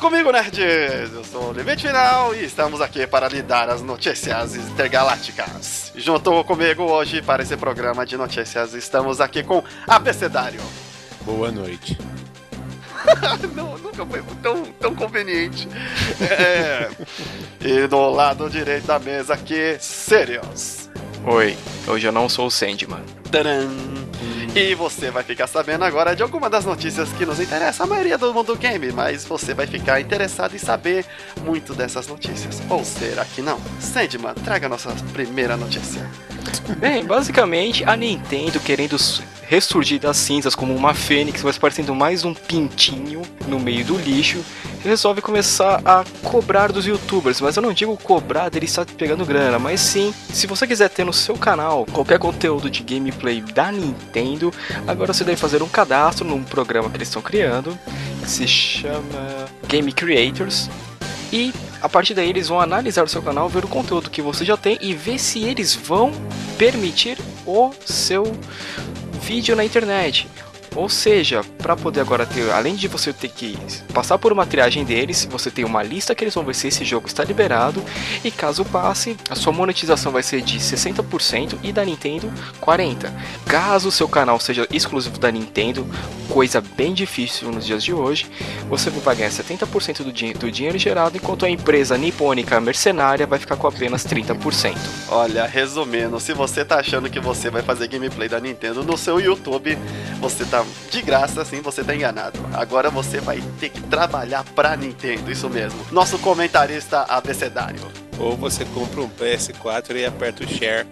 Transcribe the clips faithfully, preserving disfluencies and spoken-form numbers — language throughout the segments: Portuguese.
comigo, nerds! Eu sou o Limite Final e estamos aqui para lhe dar as notícias intergalácticas. Junto comigo hoje para esse programa de notícias estamos aqui com Abecedário. Boa noite. Não, nunca foi tão, tão conveniente. É. E do lado direito da mesa aqui, Sirius. Oi, hoje eu não sou o Sandman. Tcharam. E você vai ficar sabendo agora de alguma das notícias que nos interessa a maioria do mundo do game, mas você vai ficar interessado em saber muito dessas notícias. Ou será que não? Sandman, traga a nossa primeira notícia. Bem, basicamente a Nintendo querendo ressurgir das cinzas como uma fênix, mas parecendo mais um pintinho no meio do lixo, resolve começar a cobrar dos youtubers. Mas eu não digo cobrar dele estar pegando grana, mas sim, se você quiser ter no seu canal qualquer conteúdo de gameplay da Nintendo, agora você deve fazer um cadastro num programa que eles estão criando, que se chama Game Creators. E a partir daí eles vão analisar o seu canal, ver o conteúdo que você já tem e ver se eles vão permitir o seu vídeo na internet. Ou seja, para poder agora ter, além de você ter que passar por uma triagem deles, você tem uma lista que eles vão ver se esse jogo está liberado, e caso passe, a sua monetização vai ser de sessenta por cento e da Nintendo quarenta por cento. Caso o seu canal seja exclusivo da Nintendo, coisa bem difícil nos dias de hoje, você vai ganhar setenta por cento do, din- do dinheiro gerado, enquanto a empresa nipônica mercenária vai ficar com apenas trinta por cento. Olha, resumindo, se você tá achando que você vai fazer gameplay da Nintendo no seu YouTube, você tá de graça, assim, você tá enganado. Agora você vai ter que trabalhar pra Nintendo, isso mesmo. Nosso comentarista abecedário. Ou você compra um P S quatro e aperta o share.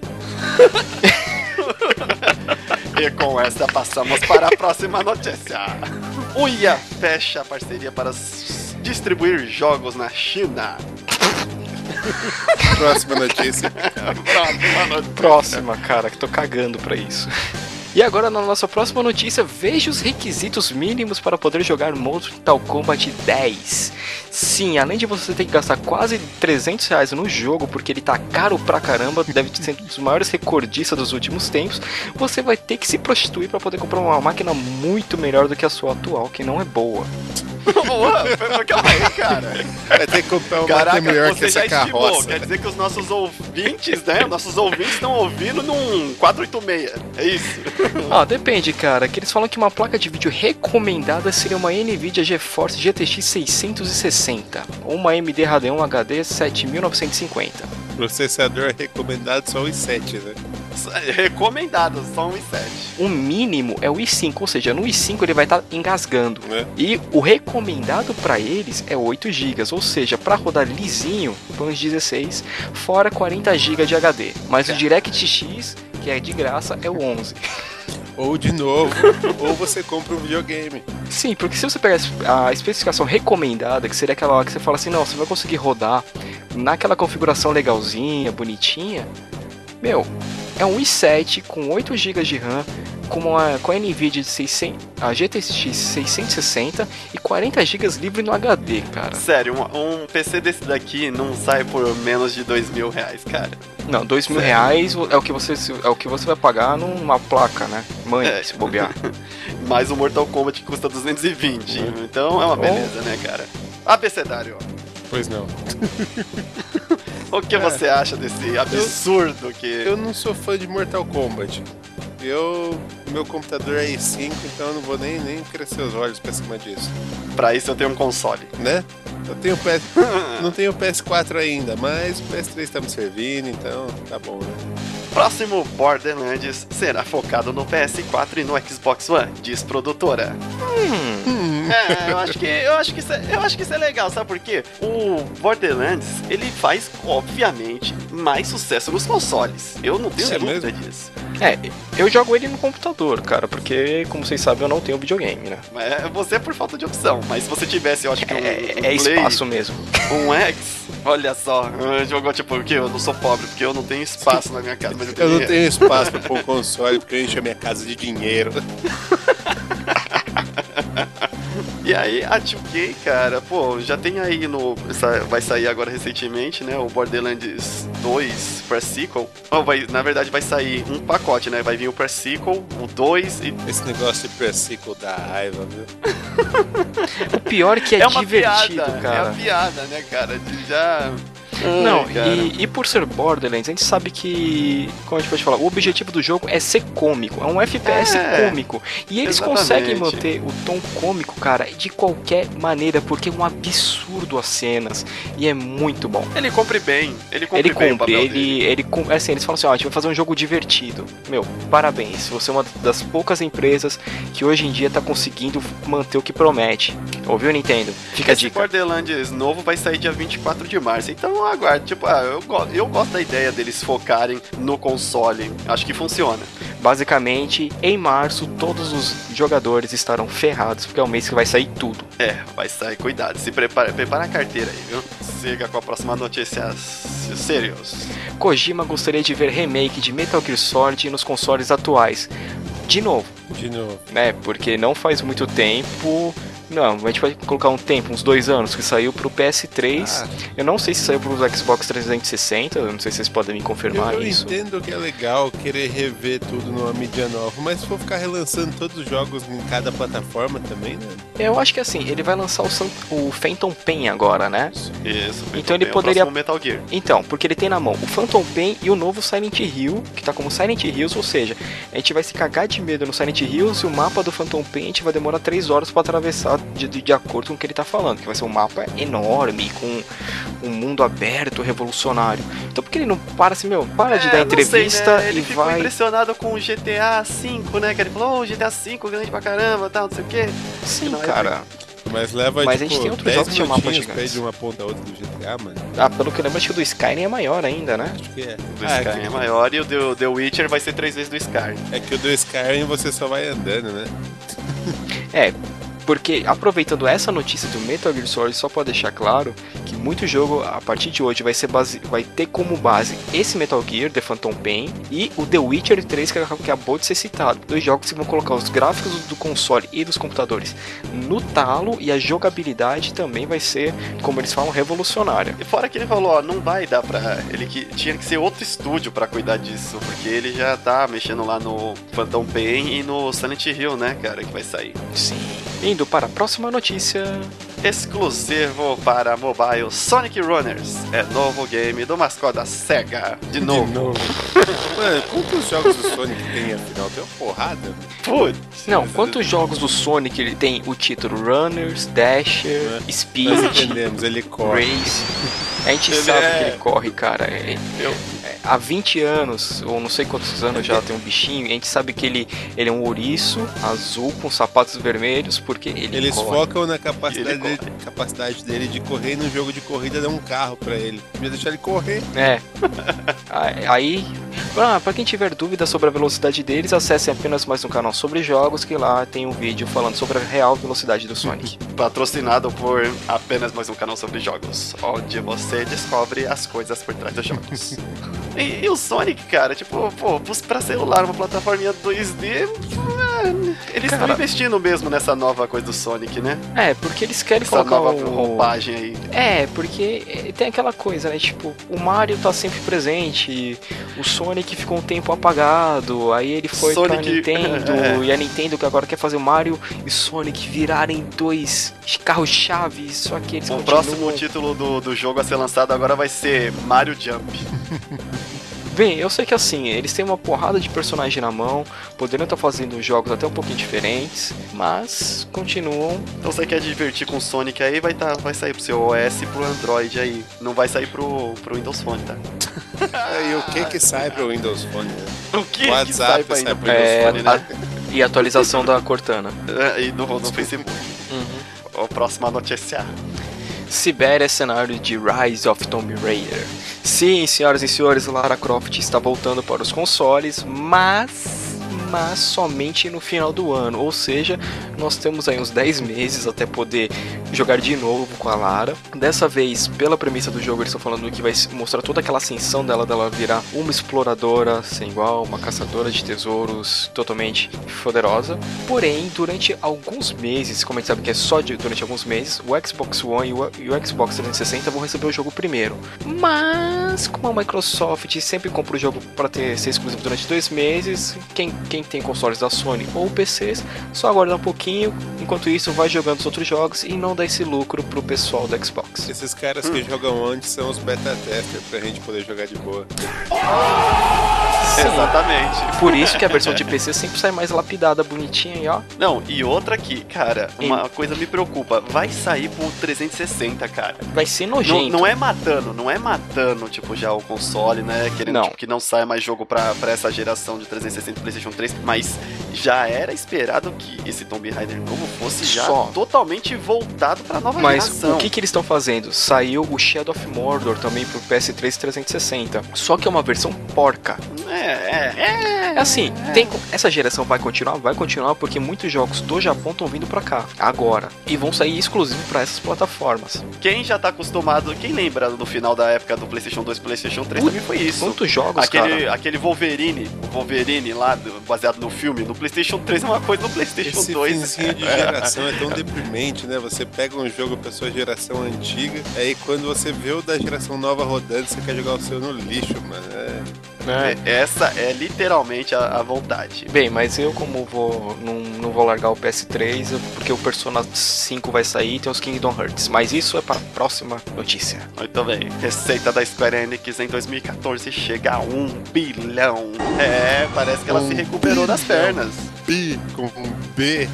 E com essa passamos para a próxima notícia. Uia fecha a parceria para s- distribuir jogos na China. Próxima notícia. Próxima notícia. Próxima, cara, que tô cagando pra isso. E agora na nossa próxima notícia, veja os requisitos mínimos para poder jogar Mortal Kombat dez. Sim, além de você ter que gastar quase trezentos reais no jogo, porque ele tá caro pra caramba, deve ser um dos maiores recordistas dos últimos tempos, você vai ter que se prostituir para poder comprar uma máquina muito melhor do que a sua atual, que não é boa. Boa, calma aí, cara. Vai ter que comprar uma Caraca, máquina melhor que você já essa estimou. carroça. Quer dizer que os nossos ouvintes, né? Nossos ouvintes estão ouvindo num quatrocentos e oitenta e seis. É isso? Ah, depende, cara, que eles falam que uma placa de vídeo recomendada seria uma Nvidia GeForce G T X seiscentos e sessenta ou uma A M D Radeon H D sete mil novecentos e cinquenta. Processador recomendado só os sete, né? Recomendado, só um i sete. O mínimo é o i cinco, ou seja, no i cinco ele vai estar engasgando. É. E o recomendado para eles é oito gigas, ou seja, para rodar lisinho, põe uns dezesseis, fora quarenta gigas de H D. Mas o DirectX, que é de graça, é o onze. Ou de novo, ou você compra um videogame. Sim, porque se você pegar a especificação recomendada, que seria aquela hora que você fala assim, não, você vai conseguir rodar naquela configuração legalzinha, bonitinha, meu, é um i sete com oito gigas de RAM, com, uma, com a Nvidia de seiscentos, a G T X seiscentos e sessenta e quarenta gigas livre no H D, cara. Sério, um, um P C desse daqui não sai por menos de dois mil reais, cara. Não, dois mil Sério? reais é o, que você, é o que você vai pagar numa placa, né? Mãe, É. se bobear. Mais o Mortal Kombat que custa duzentos e vinte. Então é uma beleza, né, cara? Abecedário. Pois não. O que É. você acha desse absurdo que... Eu não sou fã de Mortal Kombat. Eu... Meu computador é i cinco, então eu não vou nem, nem crescer os olhos pra cima disso. Pra isso eu tenho um console. Né? Eu tenho P S... Não tenho P S quatro ainda, mas o P S três tá me servindo, então tá bom, né? Próximo Borderlands será focado no P S quatro e no Xbox One, diz produtora. Hum, É, eu acho que eu acho que isso é, eu acho que isso é legal, sabe por quê? O Borderlands, ele faz obviamente mais sucesso nos consoles. Eu não tenho Isso é dúvida mesmo? disso. é, eu jogo ele no computador, cara, porque, como vocês sabem, eu não tenho videogame, né? É, você é por falta de opção, mas se você tivesse, eu acho que um, um É, é Play, espaço mesmo. um X, olha só, jogou tipo, porque eu não sou pobre, porque eu não tenho espaço na minha casa, mas eu tenho Eu não dinheiro. tenho espaço pra pôr um console porque eu encho a minha casa de dinheiro. E aí a dois K, cara, pô, já tem aí no... Vai sair agora recentemente, né? O Borderlands dois Pre-Sequel. Oh, vai, na verdade vai sair um pacote, né? Vai vir o Pre-Sequel, o dois e... Esse negócio de Pre-Sequel dá raiva, viu? O pior é que é, é uma divertido, piada, cara. É uma piada, né, cara? De já... Não, Ai, e, e por ser Borderlands, a gente sabe que, como a gente pode falar, o objetivo do jogo é ser cômico, é um F P S É, cômico. E eles exatamente. conseguem manter o tom cômico, cara, de qualquer maneira, porque é um absurdo as cenas e é muito bom. Ele cumpre bem, ele cumpre Ele bem o cumpre, papel ele, dele. ele, cum- assim, eles falam assim, ó, a gente vai fazer um jogo divertido. Meu, parabéns, você é uma das poucas empresas que hoje em dia tá conseguindo manter o que promete. Ouviu, Nintendo? Fica a Esse dica. Borderlands novo vai sair dia vinte e quatro de março, então aguarde. Tipo, ah, eu, go- eu gosto da ideia deles focarem no console. Acho que funciona. Basicamente, em março, todos os jogadores estarão ferrados, porque é o mês que vai sair tudo. É, vai sair, cuidado. Se prepara, prepara a carteira aí, viu? Siga com a próxima notícia serious. Kojima gostaria de ver remake de Metal Gear Solid nos consoles atuais. De novo, De novo. né? Porque não faz muito tempo. Não, a gente vai colocar um tempo, uns dois anos, que saiu pro P S três. Ah. Eu não sei se saiu pro Xbox trezentos e sessenta, eu não sei se vocês podem me confirmar Eu, eu isso. entendo que é legal querer rever tudo numa mídia nova, mas se for ficar relançando todos os jogos em cada plataforma também, né? Eu acho que assim, ele vai lançar o, San- o Phantom Pain agora, né? Isso. Então ele bem, o poderia- próximo Metal Gear. Então, porque ele tem na mão o Phantom Pain e o novo Silent Hill, que tá como Silent Hills, ou seja, a gente vai se cagar de medo no Silent Hills e o mapa do Phantom Pain a gente vai demorar três horas pra atravessar de, de, de acordo com o que ele tá falando, que vai ser um mapa enorme, com um mundo aberto, revolucionário. Então por que ele não para assim, meu, para de É, dar não sei, entrevista né? Ele e ficou vai... impressionado com o G T A cinco, né? Que ele falou, oh, o G T A cinco grande pra caramba, tal, não sei o quê. Sim, Não, é cara. Mas leva, Mas a tipo, gente tem outros dez jogos que tinham mapas minutinhos pra ir gigantes. de uma ponta a outra do G T A, mano. Ah, pelo que eu lembro, acho que o do Skyrim é maior ainda, né? Acho que é. Do Ah, Skyrim que- é maior e o do The Witcher vai ser três vezes do Skyrim. É que o do Skyrim você só vai andando, né? É, porque aproveitando essa notícia do Metal Gear Solid, só para deixar claro que muito jogo a partir de hoje vai ser base, vai ter como base esse Metal Gear, The Phantom Pain, e o The Witcher três que acabou de ser citado. Dois jogos que vão colocar os gráficos do console e dos computadores no talo, e a jogabilidade também vai ser, como eles falam, revolucionária. E fora que ele falou, ó, não vai dar pra... Ele que tinha que ser outro estúdio pra cuidar disso, porque ele já tá mexendo lá no Phantom Pain e no Silent Hill, né, cara, que vai sair. Sim. Indo para a próxima notícia. Exclusivo para mobile, Sonic Runners é novo game do mascote da SEGA. De novo. De novo. Mano, quantos jogos do Sonic tem afinal? Tem uma porrada. Putz. Não, quantos jogos do Sonic ele tem o título Runners, Dasher, É. Nós Speed, entendemos, ele corre. Race? A gente Ele sabe é- que ele corre, cara. É- Eu, é, há vinte anos, ou não sei quantos anos já tem um bichinho, a gente sabe que ele, ele é um ouriço azul com sapatos vermelhos, porque ele Eles corre. focam na capacidade Ele dele, capacidade dele de correr e no jogo de corrida dá um carro pra ele. Devia deixar ele correr. É. Aí, ah, pra quem tiver dúvidas sobre a velocidade deles, acesse apenas mais um canal sobre jogos, que lá tem um vídeo falando sobre a real velocidade do Sonic. patrocinado por apenas mais um canal sobre jogos, onde você descobre as coisas por trás dos jogos. e, e o Sonic, cara, tipo, pô, pra celular, uma plataforminha dois D, é, eles estão Cara. investindo mesmo nessa nova coisa do Sonic, né? É, porque eles querem Essa colocar nova o... roupagem aí. É, porque tem aquela coisa, né? Tipo, o Mario tá sempre presente, o Sonic ficou um tempo apagado, aí ele foi pra Sonic- Nintendo, é. e a Nintendo que agora quer fazer o Mario e Sonic virarem dois carros-chave, só que eles O continuam... próximo título do, do jogo a ser lançado agora vai ser Mario Jump. Bem, eu sei que assim, eles têm uma porrada de personagem na mão, poderiam estar fazendo jogos até um pouquinho diferentes, mas continuam. Então você quer divertir com o Sonic aí, vai, tá, vai sair pro seu O S e pro Android aí. Não vai sair pro, pro Windows Phone, tá? E o que que sai pro Windows Phone? Né? O que WhatsApp que sai pra sai ainda pro pro Windows É, Phone, né? E a atualização da Cortana. É, e no, no Facebook. Uhum. O próxima notícia. Sibéria é cenário de Rise of Tomb Raider. Sim, senhoras e senhores, Lara Croft está voltando para os consoles, mas, mas somente no final do ano. Ou seja, nós temos aí uns dez meses até poder jogar de novo com a Lara. Dessa vez, pela premissa do jogo, eles estão falando que vai mostrar toda aquela ascensão dela, dela virar uma exploradora sem igual, uma caçadora de tesouros totalmente poderosa. Porém, durante alguns meses, como a gente sabe que é só de, durante alguns meses, o Xbox One e o, e o Xbox trezentos e sessenta vão receber o jogo primeiro. Mas, como a Microsoft sempre compra o jogo para ter ser exclusivo durante dois meses, quem, quem tem consoles da Sony ou P Cs, só aguarda um pouquinho, enquanto isso vai jogando os outros jogos e não dá esse lucro pro pessoal do Xbox. Esses caras que hum. jogam antes são os beta testers pra gente poder jogar de boa. Sim. Exatamente. Por isso que a versão de P C sempre sai mais lapidada, bonitinha e ó. Não, e outra aqui, cara, uma e... coisa me preocupa, vai sair pro trezentos e sessenta, cara. Vai ser nojento. Não, não é matando, não é matando, tipo, já o console, né, querendo não. Tipo, que não saia mais jogo pra, pra essa geração de trezentos e sessenta e PlayStation três, mas já era esperado que esse Tomb Raider novo fosse já Só. totalmente voltado pra nova mas geração. Mas o que que eles estão fazendo? Saiu o Shadow of Mordor também pro P S três trezentos e sessenta, só que é uma versão porca. É, é, é. É assim, é. Tem, essa geração vai continuar? Vai continuar porque muitos jogos do Japão estão vindo pra cá, agora, e vão sair exclusivo pra essas plataformas. Quem já tá acostumado, quem lembra do final da época do PlayStation dois e PlayStation três, também foi isso. Quantos jogos, aquele, cara? Aquele Wolverine, o Wolverine lá, baseado no filme, no PlayStation três é uma coisa, no PlayStation Esse dois... Esse finzinho de geração é tão deprimente, né? Você pega um jogo pra sua geração antiga, aí quando você vê o da geração nova rodando, você quer jogar o seu no lixo, mano. É... É. Essa é literalmente a, a vontade. Bem, mas eu como vou não, não vou largar o P S três porque o Persona cinco vai sair e tem os Kingdom Hearts. Mas isso é para a próxima notícia. Muito bem. Receita da Square Enix em dois mil e catorze chega a um bilhão. É, parece que ela um se recuperou bilhão. das pernas. Bi com um B.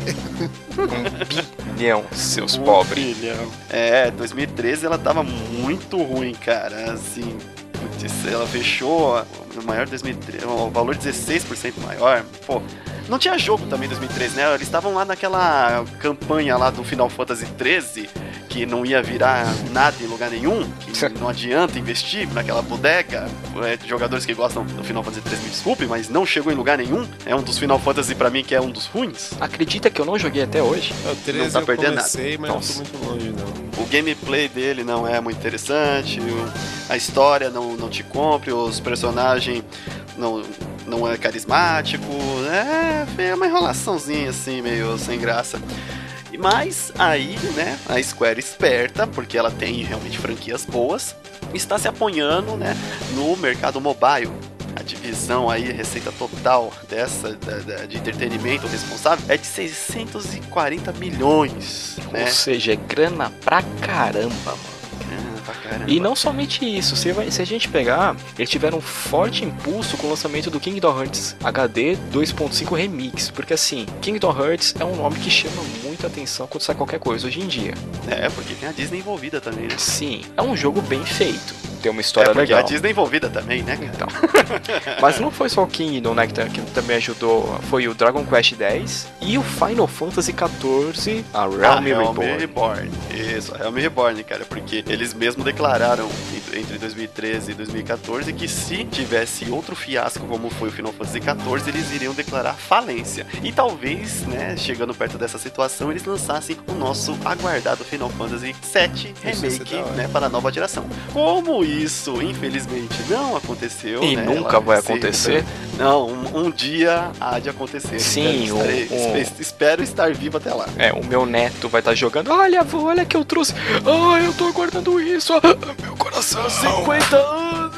Um bilhão, seus um pobres. Bilhão. É, dois mil e treze ela tava muito ruim, cara. Assim... Ela fechou o maior dois mil e treze, o valor dezesseis por cento maior. Pô, não tinha jogo também em dois mil e treze, né? Eles estavam lá naquela campanha lá do Final Fantasy treze, que não ia virar nada em lugar nenhum, que não adianta investir naquela bodega. É, jogadores que gostam do Final Fantasy treze, me desculpe, mas não chegou em lugar nenhum. É um dos Final Fantasy pra mim que é um dos ruins. Acredita que eu não joguei até hoje? O treze não tá perdendo nada. Mas Nossa. Não tô muito longe, não. O gameplay dele não é muito interessante, o, a história não, não te compre, os personagens não, não é carismático, é, é uma enrolaçãozinha assim, meio sem graça. Mas aí, né, a Square esperta, porque ela tem realmente franquias boas, está se apoiando, né, no mercado mobile. A divisão aí, a receita total dessa, da, da, de entretenimento responsável é de seiscentos e quarenta milhões, né? Ou seja, é grana pra caramba, mano. E não somente isso, se, vai, se a gente pegar, eles tiveram um forte impulso com o lançamento do Kingdom Hearts H D dois ponto cinco Remix, porque assim, Kingdom Hearts é um nome que chama muita atenção quando sai qualquer coisa hoje em dia. É, porque tem a Disney envolvida também, né? Sim, é um jogo bem feito, tem uma história é porque legal. A Disney envolvida também, né, cara? Então. Mas não foi só o Kingdom, né, que também ajudou, foi o Dragon Quest dez e o Final Fantasy quatorze, a Realm Reborn. Reborn. Isso, a Realm Reborn, cara, porque eles mesmos declararam entre dois mil e treze e dois mil e catorze que se tivesse outro fiasco como foi o Final Fantasy quatorze, eles iriam declarar falência. E talvez, né, chegando perto dessa situação, eles lançassem o nosso aguardado Final Fantasy sete Remake, né, para a nova geração. Como isso, infelizmente, não aconteceu, e né, nunca vai acontecer. Não, um, um dia há de acontecer. Sim, espero, estarei, o, o... espero estar vivo até lá. É, o meu neto vai estar jogando. Olha, avô, olha que eu trouxe. Ai, eu tô aguardando isso. Meu coração, cinquenta anos.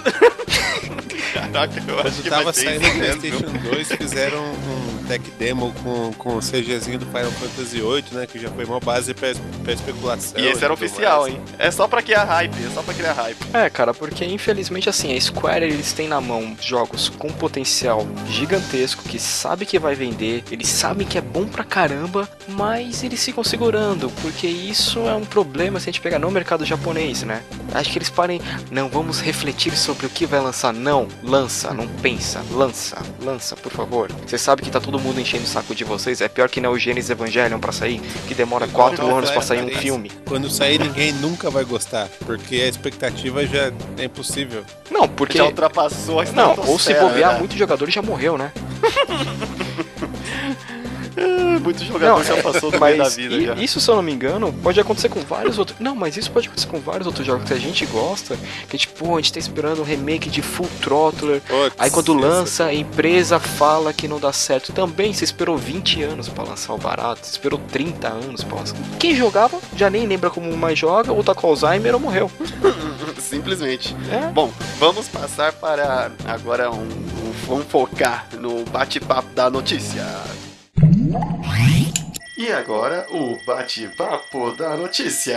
Caraca, eu acho Quando que tava vai ser saindo o PlayStation dois, fizeram um tech demo com, com o CGzinho do Final Fantasy oito, né? Que já foi uma base pra, pra especulação. E esse era oficial, mais. hein? É só pra criar hype, é só pra criar hype. É, cara, porque infelizmente assim, a Square, eles têm na mão jogos com potencial gigantesco, que sabe que vai vender, eles sabem que é bom pra caramba, mas eles ficam segurando, porque isso é um problema se a gente pegar no mercado japonês, né? Acho que eles parem, não, vamos refletir sobre o que vai lançar. Não, lança, não pensa, lança, lança, por favor. Você sabe que tá todo mundo enchendo o saco de vocês, é pior que não o Genesis Evangelion pra sair, que demora quatro anos pra sair um filme. Quando sair, ninguém nunca vai gostar, porque a expectativa já é impossível. Não, porque... Já ultrapassou a Não, ou se bobear, muito jogador já morreu, né? É, muito jogador Não, já é, passou do mas meio da vida. i- já. isso, se eu não me engano, pode acontecer com vários outros. Não, mas isso pode acontecer com vários outros jogos que a gente gosta. Que tipo, pô, a gente tá esperando um remake de Full Throttle. Putz, Aí quando essa- lança, a empresa fala que não dá certo. Também, você esperou vinte anos pra lançar o barato. Você esperou trinta anos pra lançar. Quem jogava, já nem lembra como mais joga, ou tá com Alzheimer ou morreu. Simplesmente. É. Bom, vamos passar para agora um, um vamos focar no bate-papo da notícia. E agora o bate-papo da notícia.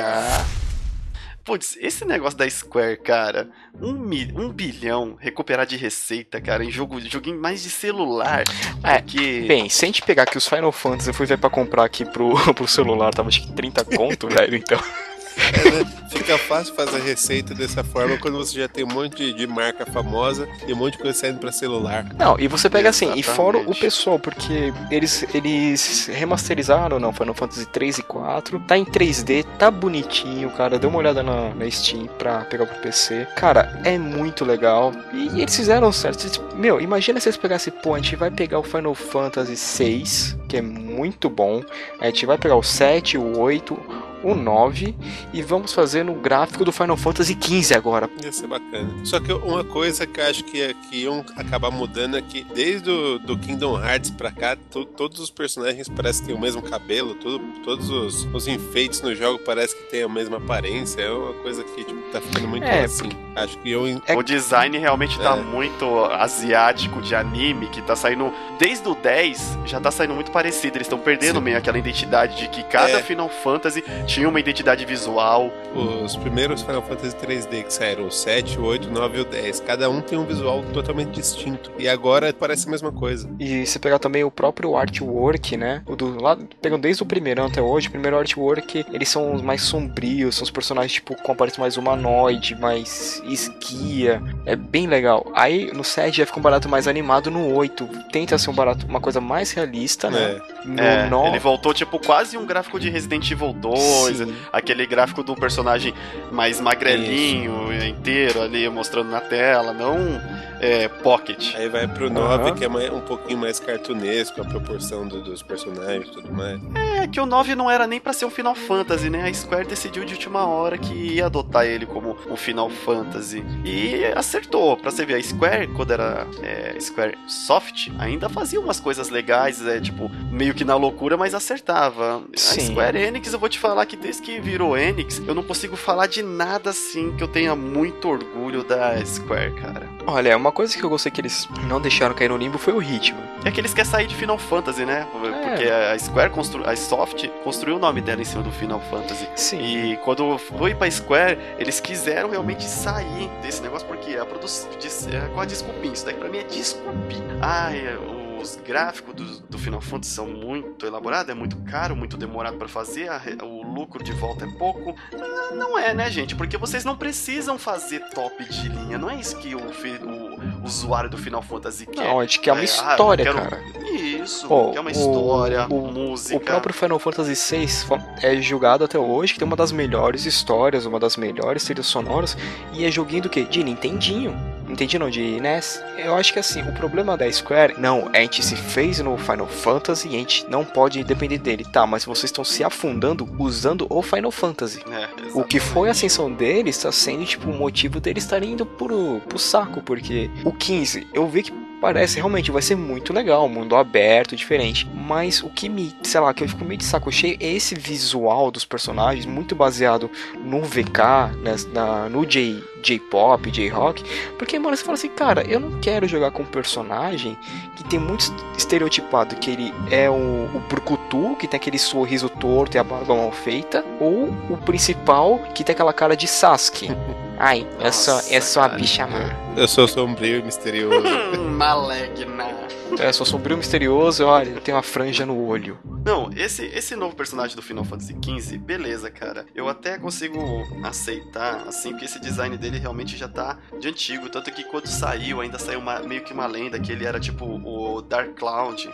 Putz, esse negócio da Square, cara, um, mi- um bilhão recuperar de receita, cara, em jogo, joguinho mais de celular. É, porque... Bem, se a gente pegar aqui os Final Fantasy, eu fui ver pra comprar aqui pro, pro celular, tava acho que trinta conto, velho, então. É, né? Fica fácil fazer receita dessa forma quando você já tem um monte de, de marca famosa e um monte de coisa saindo pra celular. Não, e você pega assim, e fora o Exatamente. pessoal, porque eles, eles remasterizaram, não, Final Fantasy três e quatro, tá em três D, tá bonitinho, cara, dê uma olhada na, na Steam pra pegar pro P C. Cara, é muito legal, e, e eles fizeram certo. Tipo, meu, imagina se eles pegassem, pô, a gente vai pegar o Final Fantasy seis, que é muito bom, a gente vai pegar o sete, o oito, o nove, e vamos fazer no gráfico do Final Fantasy quinze agora. Ia ser bacana. Só que uma coisa que eu acho que, que iam acabar mudando é que desde o do Kingdom Hearts pra cá, to- todos os personagens parecem que têm o mesmo cabelo, tudo, todos os, os enfeites no jogo parecem que têm a mesma aparência. É uma coisa que tipo, tá ficando muito É, assim. Acho que eu. É- O design realmente tá É. muito asiático de anime, que tá saindo. Desde o dez já tá saindo muito parecido. Eles estão perdendo Sim. meio aquela identidade de que cada É. Final Fantasy tinha uma identidade visual. Os primeiros Final Fantasy três D que saíram, o sete, o oito, o nove e o dez, cada um tem um visual totalmente distinto. E agora parece a mesma coisa. E você pegar também o próprio artwork, né? O do, lá, pegando desde o primeiro até hoje, o primeiro artwork, eles são os mais sombrios, são os personagens tipo com aparência mais humanoide, mais esguia. É bem legal. Aí no sete já fica um barato mais animado, no oito tenta ser um barato, uma coisa mais realista, né? No É, nove ele voltou tipo quase um gráfico de Resident Evil dois, Sim. aquele gráfico do personagem mais magrelinho, inteiro ali mostrando na tela, não é, pocket. Aí vai pro nove, Aham. que é mais- um pouquinho mais cartunesco, a proporção do- dos personagens e tudo mais. É que o nove não era nem pra ser um Final Fantasy, né? A Square decidiu de última hora que ia adotar ele como um Final Fantasy. E acertou. Pra você ver, a Square, quando era é, Square Soft, ainda fazia umas coisas legais, é, tipo, meio que na loucura, mas acertava. Sim. A Square Enix, eu vou te falar que desde que virou Enix, eu não consigo falar de nada assim que eu tenha muito orgulho da Square, cara. Olha, uma coisa que eu gostei que eles não deixaram cair no limbo foi o ritmo. É que eles querem sair de Final Fantasy, né? Porque a Square, constru... a Soft, construiu o nome dela em cima do Final Fantasy. Sim. E quando foi pra Square, eles quiseram realmente sair desse negócio, porque a produção. É, qual a desculpinha? Isso daí pra mim é desculpinha. Ai, os gráficos do, do Final Fantasy são muito elaborados, é muito caro, muito demorado pra fazer, a re- o lucro de volta é pouco. Ah, Não é, né, gente? Porque vocês não precisam fazer top de linha. Não é isso que o, fi- o usuário do Final Fantasy quer. Não, a gente quer uma É, ah, história, eu quero- cara. Isso, Pô, quer uma o- história, o- música. O próprio Final Fantasy seis é julgado até hoje que tem uma das melhores histórias, uma das melhores trilhas sonoras, e é joguinho do quê? De Nintendinho. Nintendinho não, de N E S. Eu acho que assim, o problema da Square, não, a gente se fez no Final Fantasy e a gente não pode depender dele. Tá, mas vocês estão se afundando usando o Final Fantasy. É, O que foi a exatamente. ascensão deles está sendo, tipo, o motivo deles estarem indo pro, pro saco, porque o quinze, eu vi que parece realmente vai ser muito legal, mundo aberto, diferente. Mas o que me, sei lá, que eu fico meio de saco cheio é esse visual dos personagens, muito baseado no V K, né, na, no J, J-pop, J-rock. Porque, mano, você fala assim, cara, eu não quero jogar com um personagem que tem muito estereotipado, que ele é o, o brucutu, que tem aquele sorriso torto e a barba mal feita, ou o principal, que tem aquela cara de Sasuke. Ai, eu sou, eu sou a Nossa, bicha má. Eu sou sombrio e misterioso. Hum, Malegna. É, sou sombrio misterioso, olha, eu tenho uma franja no olho. Não, esse, esse novo personagem do Final Fantasy quinze, beleza, cara. Eu até consigo aceitar, assim, porque esse design dele realmente já tá de antigo. Tanto que quando saiu, ainda saiu uma- meio que uma lenda que ele era tipo o Dark Cloud,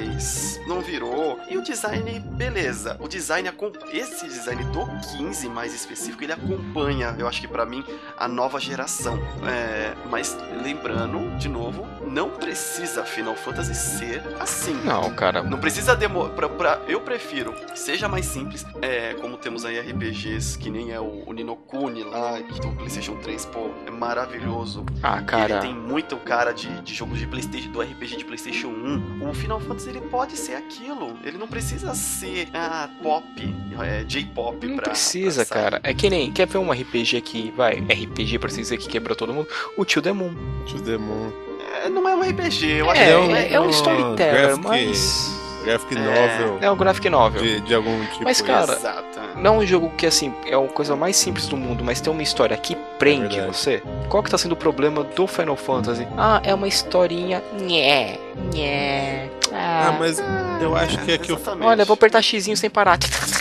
mas não virou. E o design, beleza. O design, acom- esse design do quinze mais específico, ele acompanha, eu acho que pra mim, a nova geração. É, mas lembrando, de novo, não precisa Final Fantasy ser assim. Não, cara. Não precisa demorar. Pra, pra, eu prefiro que seja mais simples. É, como temos aí R P Gs, que nem é o, o Ni no Kuni lá, que do PlayStation três, pô, é maravilhoso. Ah, cara. Ele tem muito cara de, de jogos de PlayStation, do R P G de PlayStation um. O Final Fantasy, ele pode ser aquilo. Ele não precisa ser ah, pop, é, J-pop. Não pra, precisa, pra cara. É que nem, quer ver um R P G que, vai, R P G pra se dizer que quebra todo mundo? O To The Moon. To The Moon. É, não é um R P G, eu é, acho que é, um, é, é um storyteller, graphic, mas... Graphic É. novel. É um graphic novel. De, de algum tipo. Mas, cara, Exato. não é um jogo que, assim, é a coisa mais simples do mundo, mas tem uma história que prende É verdade. você. Qual que tá sendo o problema do Final Fantasy? Ah, é uma historinha... Nhé, nhé... Ah, mas eu acho que é que o Exatamente. Olha, vou apertar xizinho sem parar.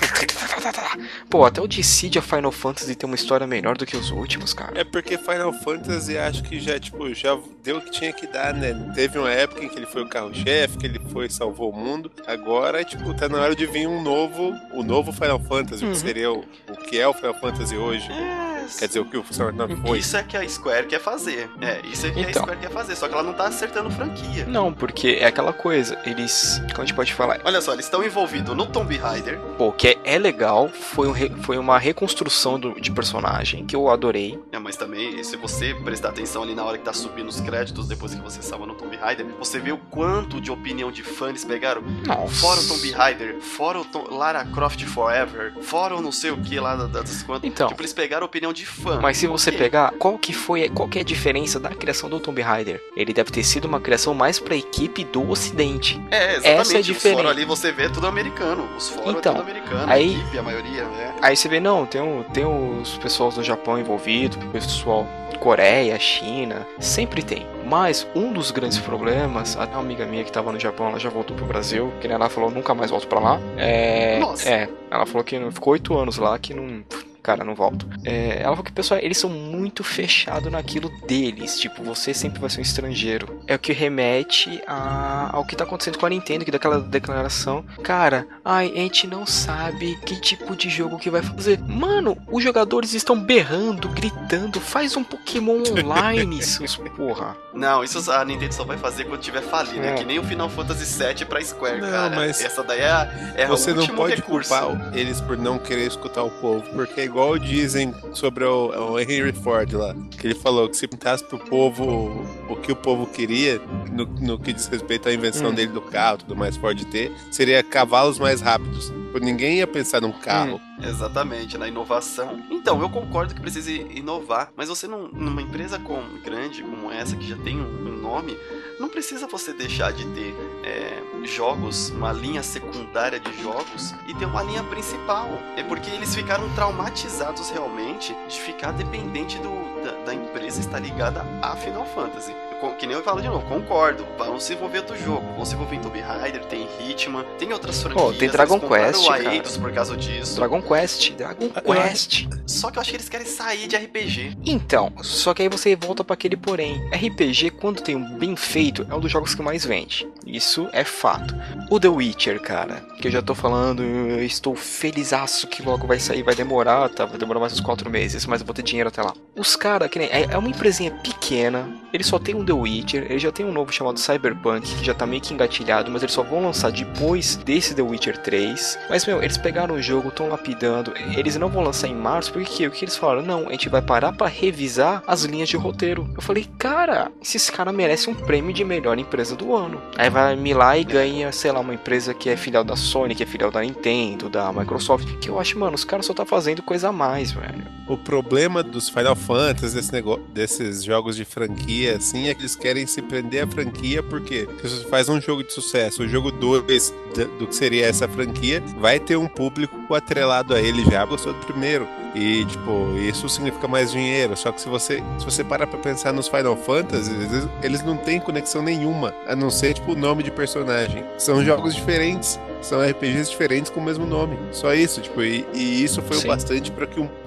Pô, até o Dissidia Final Fantasy tem uma história melhor do que os últimos, cara. É porque Final Fantasy acho que já, tipo, já deu o que tinha que dar, né? Teve uma época em que ele foi o carro-chefe, que ele foi e salvou o mundo. Agora, tipo, tá na hora de vir um novo, o novo Final Fantasy, Uhum. que seria o, o que é o Final Fantasy hoje. É, Quer dizer, o que o Final Fantasy foi. Isso é que a Square quer fazer. É, isso é que Então. a Square quer fazer, só que ela não tá acertando franquia. Não, porque é aquela coisa, eles... Como a gente pode falar? Olha só, eles estão envolvidos no Tomb Raider. Pô, que é, é legal, foi, um re- foi uma reconstrução do- de personagem que eu adorei. É, mas também, se você prestar atenção ali na hora que tá subindo os créditos, depois que você salva no Tomb Raider, você vê o quanto de opinião de fã eles pegaram. Nossa. Fora o Tomb Raider, fora o Tom- Lara Croft Forever, fora o não sei o que lá da- das quantas. Então. Tipo, eles pegaram a opinião de fã. Mas se você Ok. pegar, qual que foi, qual que é a diferença da criação do Tomb Raider? Ele deve ter sido uma criação mais pra equipe do Ocidente. É, exatamente. Essa é Os diferente. fóruns ali você vê tudo americano. Os fóruns Então, é tudo americano. aí- A equipe, a maioria, né? Aí você vê, não, tem, um, tem os pessoal do Japão envolvido, o pessoal Coreia, China, sempre tem. Mas um dos grandes problemas, até uma amiga minha que tava no Japão, ela já voltou pro Brasil, que nem ela falou, nunca mais volto pra lá. É, Nossa. é, ela falou que não- ficou oito anos lá, que não... Cara, não volto. É, ela falou que, pessoal, eles são muito fechados naquilo deles. Tipo, você sempre vai ser um estrangeiro. É o que remete a, ao que tá acontecendo com a Nintendo, que daquela declaração. Cara, ai, a gente não sabe que tipo de jogo que vai fazer. Mano, os jogadores estão berrando, gritando. Faz um Pokémon online, seus porra. Não, isso a Nintendo só vai fazer quando tiver falido, né? É. Que nem o Final Fantasy sete pra Square, Não, cara. mas Essa daí é, a- é Você o não último pode recurso. culpar eles por não querer escutar o povo, porque é igual dizem sobre o, o Henry Ford lá, que ele falou que se perguntasse pro povo o que o povo queria, no, no que diz respeito à invenção Hum. dele do carro, tudo mais Ford ter, seria cavalos mais rápidos. Ninguém ia pensar num carro. Exatamente, na inovação. Então, eu concordo que precisa inovar, mas você não, numa empresa com, grande como essa, que já tem um, um nome, não precisa você deixar de ter é, jogos, uma linha secundária de jogos e ter uma linha principal. É porque eles ficaram traumatizados realmente de ficar dependente do, da, da empresa estar ligada a Final Fantasy. Com- Que nem eu falo de novo, concordo. Vão se envolver do jogo. Vão se envolver em Tomb Raider, tem Hitman, tem outras franquias. tem Dragon eles compraram Quest, o cara. Eidos por causa disso. Dragon Quest, Dragon Quest. Só que eu acho que eles querem sair de R P G. Então, só que aí você volta pra aquele porém. R P G, quando tem um bem feito, é um dos jogos que mais vende. Isso é fato. O The Witcher, cara, que eu já tô falando, eu estou felizaço que logo vai sair, vai demorar, tá? Vai demorar mais uns quatro meses, mas eu vou ter dinheiro até lá. Os caras, que nem. É é uma empresinha pequena, eles só tem um The Witcher, eles já tem um novo chamado Cyberpunk, que já tá meio que engatilhado, mas eles só vão lançar depois desse The Witcher três. Mas, meu, eles pegaram o jogo, estão lapidando, eles não vão lançar em março, porque o que eles falaram? Não, a gente vai parar pra revisar as linhas de roteiro. Eu falei, cara, esses caras merecem um prêmio de melhor empresa do ano. Aí vai me lá e ganha, sei lá, uma empresa que é filial da Sony, que é filial da Nintendo, da Microsoft, que eu acho, mano, os caras só tá fazendo coisa a mais, velho. O problema dos Final Fantasy, desse negócio, desses jogos de franquia, assim, é que eles querem se prender à franquia, porque se você faz um jogo de sucesso, o jogo dois do que seria essa franquia, vai ter um público atrelado a ele já, gostou do primeiro. E, tipo, isso significa mais dinheiro. Só que se você, se você parar pra pensar nos Final Fantasy, eles, eles não têm conexão nenhuma, a não ser, tipo, o nome de personagem. São jogos diferentes, são R P Gs diferentes com o mesmo nome. Só isso, tipo, e, e isso foi Sim. o bastante pra que um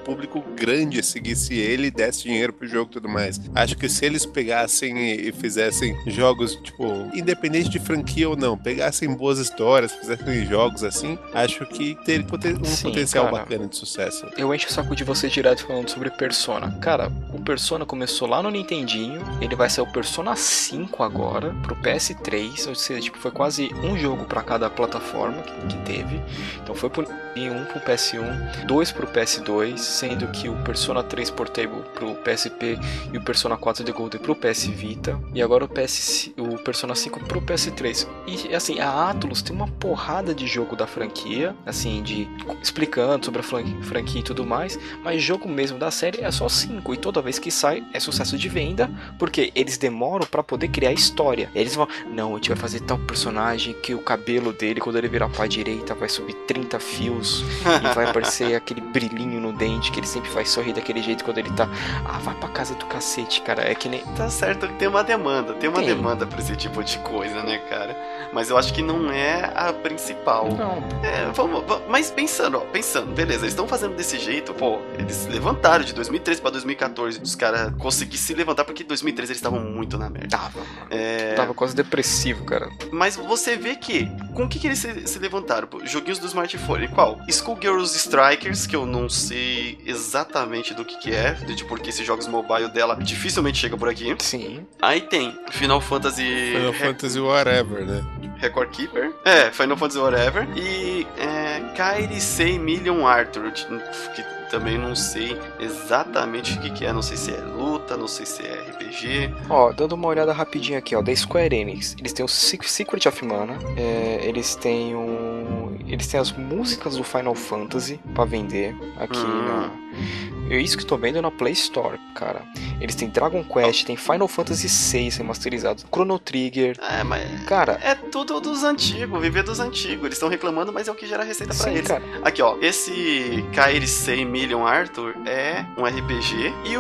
público grande seguisse ele e desse dinheiro pro jogo e tudo mais. Acho que se eles pegassem e, e fizessem jogos, tipo, independente de franquia ou não, pegassem boas histórias, fizessem jogos assim, acho que teria poten- um Sim, potencial cara. bacana de sucesso. Eu encho o saco de você direto falando sobre Persona. Cara, o Persona começou lá no Nintendinho, ele vai sair o Persona cinco agora, pro P S três, ou seja, tipo, foi quase um jogo pra cada plataforma que, que teve. Então foi pro um pro P S um, dois pro P S dois, sendo que o Persona três Portable pro P S P e o Persona quatro The Golden pro P S Vita, e agora o, P S, o Persona cinco pro P S três. E assim, a Atlus tem uma porrada de jogo da franquia, assim, de explicando sobre a fran- franquia e tudo mais, mas jogo mesmo da série é só cinco, e toda vez que sai é sucesso de venda, porque eles demoram pra poder criar história. Eles vão, não, a gente vai fazer tal personagem que o cabelo dele, quando ele virar pra direita, vai subir trinta fios e vai aparecer aquele brilhinho no dente que ele sempre faz sorrir daquele jeito quando ele tá, ah, vai pra casa do cacete, cara. É que nem... Tá certo que tem uma demanda, tem uma Tem. demanda pra esse tipo de coisa, né, cara? Mas eu acho que não é a principal. Não, É, vamos, vamos- mas pensando, ó, pensando, beleza, eles estão fazendo desse jeito, pô, eles se levantaram de dois mil e treze pra dois mil e quatorze, os caras conseguiram se levantar porque em dois mil e treze eles estavam muito na merda. tava, mano. É, Tava quase depressivo, cara. mas você vê que, com o que, que eles se, se levantaram? Pô, joguinhos do smartphone, qual? Schoolgirls Strikers, que eu não sei exatamente do que que é, de porque esses jogos mobile dela dificilmente chega por aqui. Sim. Aí tem Final Fantasy... Final Re- Fantasy whatever, né? Record Keeper. É, Final Fantasy Whatever. E é, Kairi Sei Million Arthur, que também não sei exatamente o que, que é. Não sei se é luta, não sei se é R P G. Ó, dando uma olhada rapidinho aqui, ó, da Square Enix. Eles têm o Sec- Secret of Mana, é, eles têm um... Eles têm as músicas do Final Fantasy pra vender aqui Hum. na... É isso que eu tô vendo na Play Store, cara. Eles têm Dragon Quest, tem Final Fantasy seis remasterizado, Chrono Trigger. É, mas Cara, é tudo dos antigos, viver dos antigos. Eles estão reclamando, mas é o que gera receita pra sim, eles. cara. Aqui, ó, esse Kairi Sei Million Arthur é um R P G e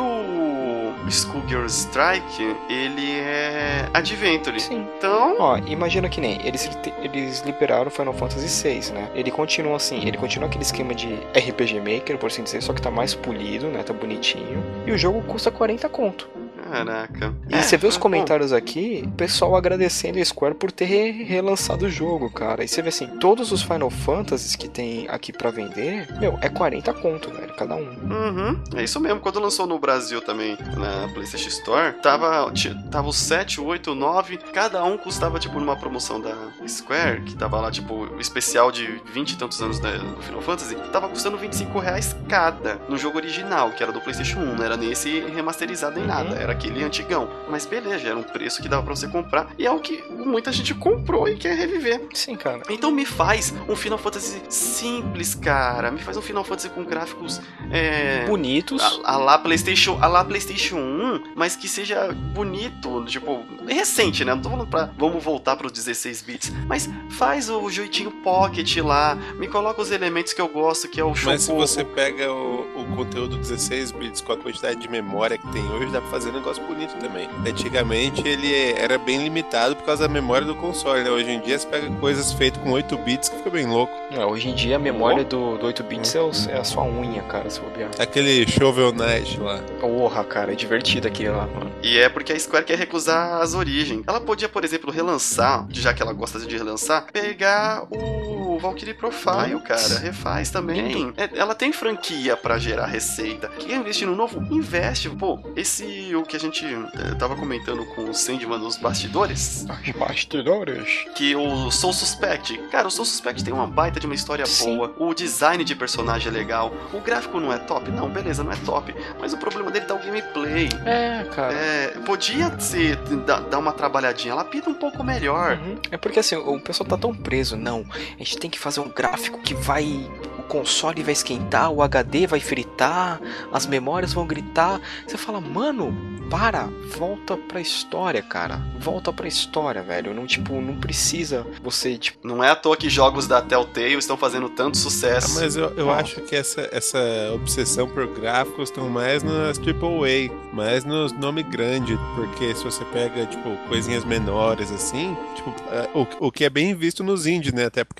o Schoolgirl Strike, ele é Adventure. Sim. Então, Ó, imagina que nem eles, eles liberaram o Final Fantasy seis, né? Ele continua assim, ele continua aquele esquema de R P G Maker, por assim dizer, só que tá mais polido, né? Tá bonitinho. E o jogo custa quarenta conto. caraca. E É, você vê os bom. comentários aqui, o pessoal agradecendo a Square por ter re- relançado o jogo, cara. E você vê assim, todos os Final Fantasies que tem aqui pra vender, meu, é quarenta conto, velho, cada um. Uhum, é isso mesmo. Quando lançou no Brasil também, na PlayStation Store, tava, ti- tava o sete, o oito, o nove, cada um custava, tipo, numa promoção da Square, que tava lá, tipo, especial de vinte e tantos anos da- do Final Fantasy, tava custando vinte e cinco reais cada, no jogo original, que era do PlayStation um, não era nesse remasterizado nem Uhum. nada, era aquele antigão. Mas beleza, era um preço que dava pra você comprar, e é o que muita gente comprou e quer reviver. Sim, cara. Então me faz um Final Fantasy simples, cara. Me faz um Final Fantasy com gráficos é, Bonitos. a, a lá PlayStation, a lá PlayStation um, mas que seja bonito, tipo, recente, né? Não tô falando pra vamos voltar pro dezesseis bits, mas faz o jeitinho Pocket lá, me coloca os elementos que eu gosto, que é o show. Mas se você pega o, o conteúdo dezesseis bits com a quantidade de memória que tem hoje, dá pra fazer um negócio bonito também. Antigamente ele era bem limitado por causa da memória do console, né? Hoje em dia você pega coisas feitas com oito bits que fica bem louco. É, hoje em dia a memória do, do oito bits é, o- é a sua unha, cara, se bobear. Aquele Shovel Knight lá. Porra, cara, é divertido aquele lá, mano. E é porque a Square quer recusar as origens. Ela podia, por exemplo, relançar, já que ela gosta de relançar, pegar o Valkyrie Profile, cara. Refaz também. É, ela tem franquia pra gerar receita. Quer investir no novo? Investe. Pô, esse, o que a gente eh, tava comentando com o Sandman nos bastidores, Os bastidores. que o Soul Suspect, cara, o Soul Suspect tem uma baita de uma história Sim. boa, o design de personagem é legal, o gráfico não é top? Não, beleza, não é top, mas o problema dele tá o gameplay. É, cara. É, podia ser, dar, dar uma trabalhadinha, lapida um pouco melhor. Uhum. É porque assim, o pessoal tá tão preso. Não, a gente tem que fazer um gráfico que vai... O console vai esquentar, o H D vai fritar, as memórias vão gritar. Você fala, mano, para, volta pra história, cara. Volta pra história, velho. Não, tipo, não precisa você, tipo... Não é à toa que jogos da Telltale estão fazendo tanto Ah, sucesso. mas eu, eu Ó. acho que essa, essa obsessão por gráficos estão mais nas triple A, mais nos nome grande, porque se você pega, tipo, coisinhas menores assim, tipo, é, o, o que é bem visto nos indies, né? Até porque os caras não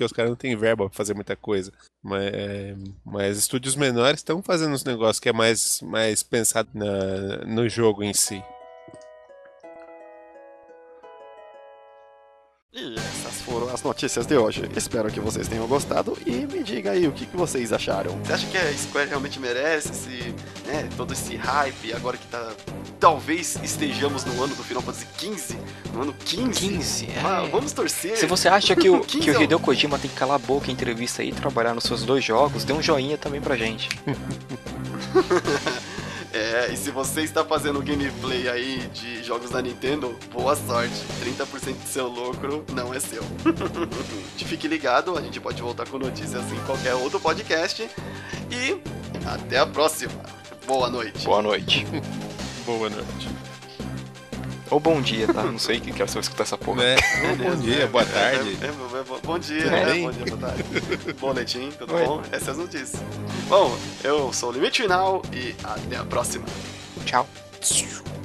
tem verba pra fazer muita coisa. Mas, mas estúdios menores estão fazendo uns negócios que é mais, mais pensado na, no jogo em si. E essas foram as notícias de hoje. Espero que vocês tenham gostado e me diga aí o que, que vocês acharam. Você acha que a Square realmente merece esse, né, todo esse hype agora que tá... Talvez estejamos no ano do Final Fantasy quinze? No ano quinze? quinze, é. Ah, vamos torcer. Se você acha que o, que o é Hideo Kojima tem que calar a boca em entrevista aí e trabalhar nos seus dois jogos, dê um joinha também pra gente. É, e se você está fazendo gameplay aí de jogos da Nintendo, boa sorte. trinta por cento do seu lucro não é seu. Fique ligado, a gente pode voltar com notícias em qualquer outro podcast. E até a próxima. Boa noite. Boa noite. Boa noite. Ou bom dia, tá? Não sei que quero você vai escutar essa porra. É, bom dia, boa tarde. É, é, é, bom dia, Tudo né? bem? Bom dia, boa tarde. Boletim, tudo Oi. bom? Essas notícias. Bom, eu sou o Limite Final e até a próxima. Tchau.